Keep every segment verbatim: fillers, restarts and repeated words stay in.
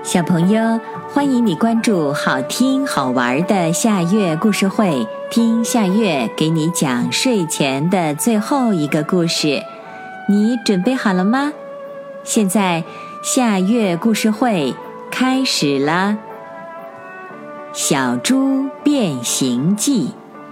小朋友，欢迎你关注好听好玩的夏月故事会，听夏月给你讲睡前的最后一个故事。你准备好了吗？现在夏月故事会开始啦。小猪变形记。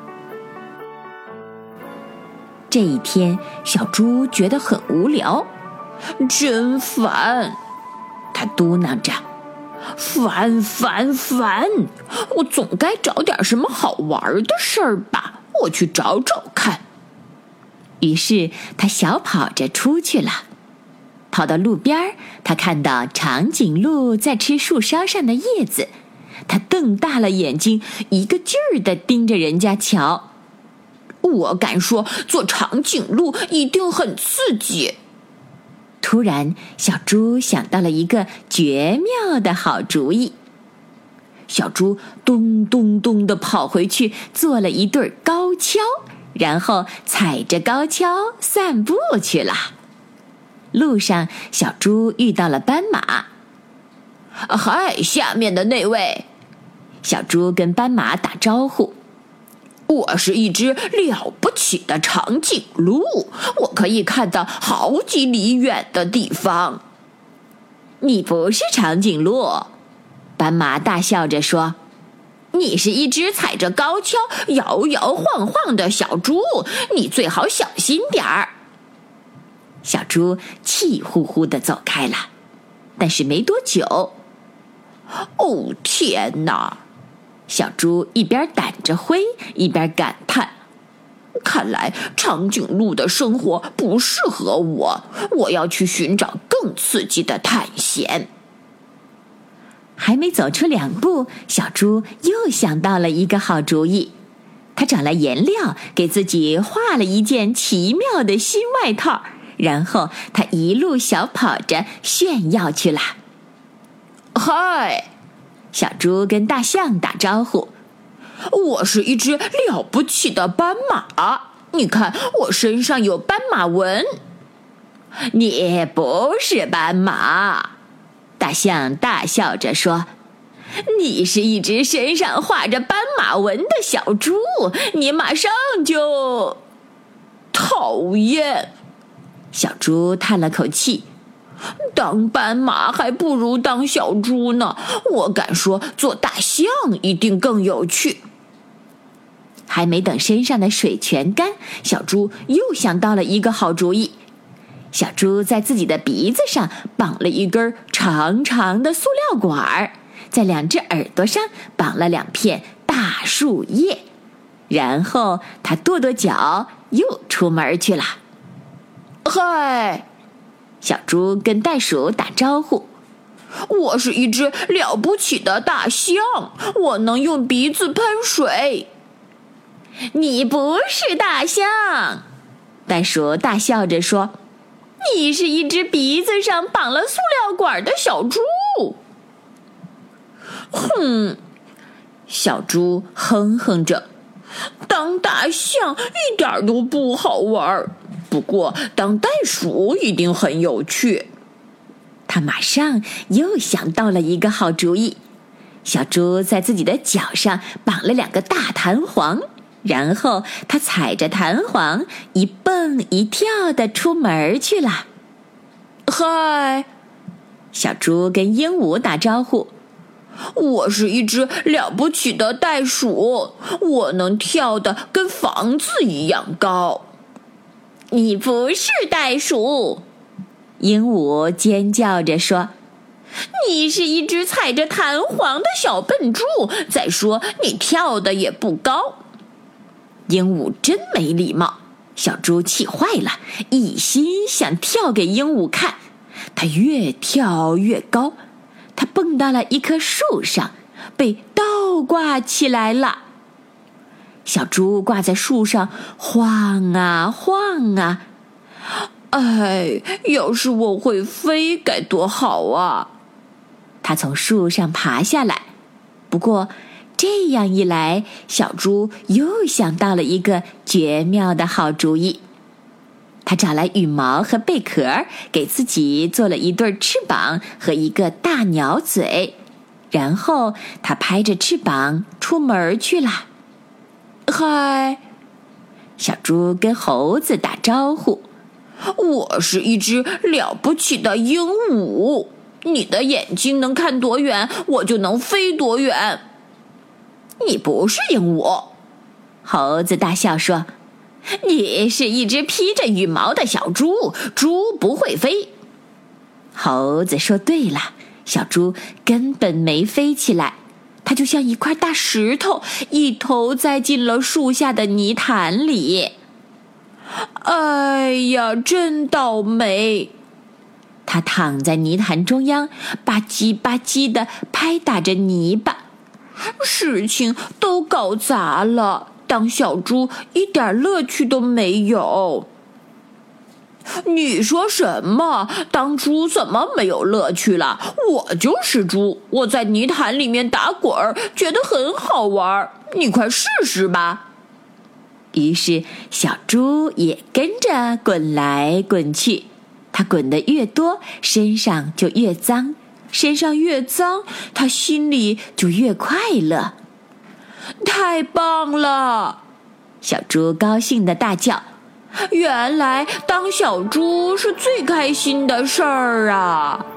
这一天，小猪觉得很无聊， 真烦， 他嘟囔着， 烦烦烦，我总该找点什么好玩的事儿吧，我去找找看。 于是他小跑着出去了。跑到路边，他看到长颈鹿在吃树梢上的叶子，他瞪大了眼睛，一个劲儿地盯着人家瞧。 我敢说，做长颈鹿一定很刺激。 突然，小猪想到了一个绝妙的好主意。小猪咚咚咚地跑回去，做了一对高跷，然后踩着高跷散步去了。路上，小猪遇到了斑马。 嗨，下面的那位！ 小猪跟斑马打招呼。 我是一只了不起的长颈鹿，我可以看到好几里远的地方。 你不是长颈鹿，斑马大笑着说， 你是一只踩着高跷摇摇晃晃的小猪，你最好小心点儿。 小猪气呼呼地走开了，但是没多久， 哦天哪！ 小猪一边掸着灰，一边感叹， 看来长颈鹿的生活不适合我，我要去寻找更刺激的探险。 还没走出两步，小猪又想到了一个好主意。他找来颜料，给自己画了一件奇妙的新外套，然后他一路小跑着炫耀去了。 嗨！ 小猪跟大象打招呼， 我是一只了不起的斑马，你看我身上有斑马纹。 你不是斑马，大象大笑着说，你是一只身上画着斑马纹的小猪，你马上就…… 讨厌！ 小猪叹了口气， 当斑马还不如当小猪呢，我敢说做大象一定更有趣。 还没等身上的水全干，小猪又想到了一个好主意。小猪在自己的鼻子上绑了一根长长的塑料管，在两只耳朵上绑了两片大树叶，然后他跺跺脚又出门去了。 嗨！ 小猪跟袋鼠打招呼， 我是一只了不起的大象，我能用鼻子喷水。 你不是大象，袋鼠大笑着说，你是一只鼻子上绑了塑料管的小猪。 哼， 小猪哼哼着， 当大象一点都不好玩，不过当袋鼠一定很有趣。 他马上又想到了一个好主意。小猪在自己的脚上绑了两个大弹簧，然后他踩着弹簧一蹦一跳地出门去了。 嗨！ 小猪跟鹦鹉打招呼， 我是一只了不起的袋鼠，我能跳得跟房子一样高。 你不是袋鼠，鹦鹉尖叫着说， 你是一只踩着弹簧的小笨猪，再说你跳得也不高。 鹦鹉真没礼貌，小猪气坏了，一心想跳给鹦鹉看。它越跳越高，它蹦到了一棵树上，被倒挂起来了。小猪挂在树上晃啊晃啊， 哎，要是我会飞该多好啊！ 它从树上爬下来，不过这样一来，小猪又想到了一个绝妙的好主意。 他找来羽毛和贝壳，给自己做了一对翅膀和一个大鸟嘴，然后他拍着翅膀出门去了。 嗨， 小猪跟猴子打招呼： 我是一只了不起的鹦鹉，你的眼睛能看多远，我就能飞多远。你不是鹦鹉， 猴子大笑说， 你是一只披着羽毛的小猪，猪不会飞。 猴子说对了，小猪根本没飞起来，它就像一块大石头，一头栽进了树下的泥潭里。 哎呀，真倒霉！ 它躺在泥潭中央，吧唧吧唧地拍打着泥巴， 事情都搞砸了，当小猪一点乐趣都没有。你说什么？当猪怎么没有乐趣了？我就是猪，我在泥潭里面打滚儿，觉得很好玩，你快试试吧。 于是小猪也跟着滚来滚去，它滚得越多，身上就越脏，身上越脏，它心里就越快乐。 太棒了！ 小猪高兴地大叫， 原来当小猪是最开心的事儿啊！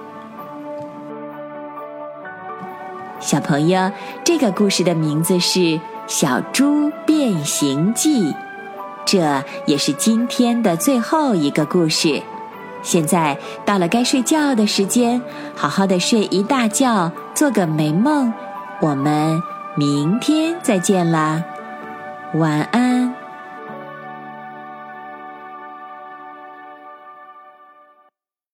小朋友，这个故事的名字是《小猪变形记》，这也是今天的最后一个故事。现在到了该睡觉的时间，好好的睡一大觉，做个美梦。我们明天再见啦，晚安。